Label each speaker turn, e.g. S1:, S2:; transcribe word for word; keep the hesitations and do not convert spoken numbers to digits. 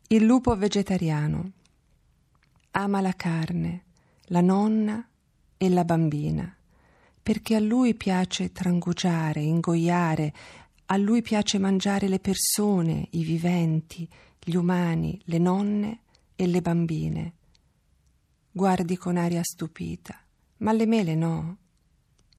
S1: Il lupo vegetariano ama la carne, la nonna e la bambina, perché a lui piace trangugiare, ingoiare, a lui piace mangiare le persone, i viventi, gli umani, le nonne e le bambine. Guardi con aria stupita, ma le mele no.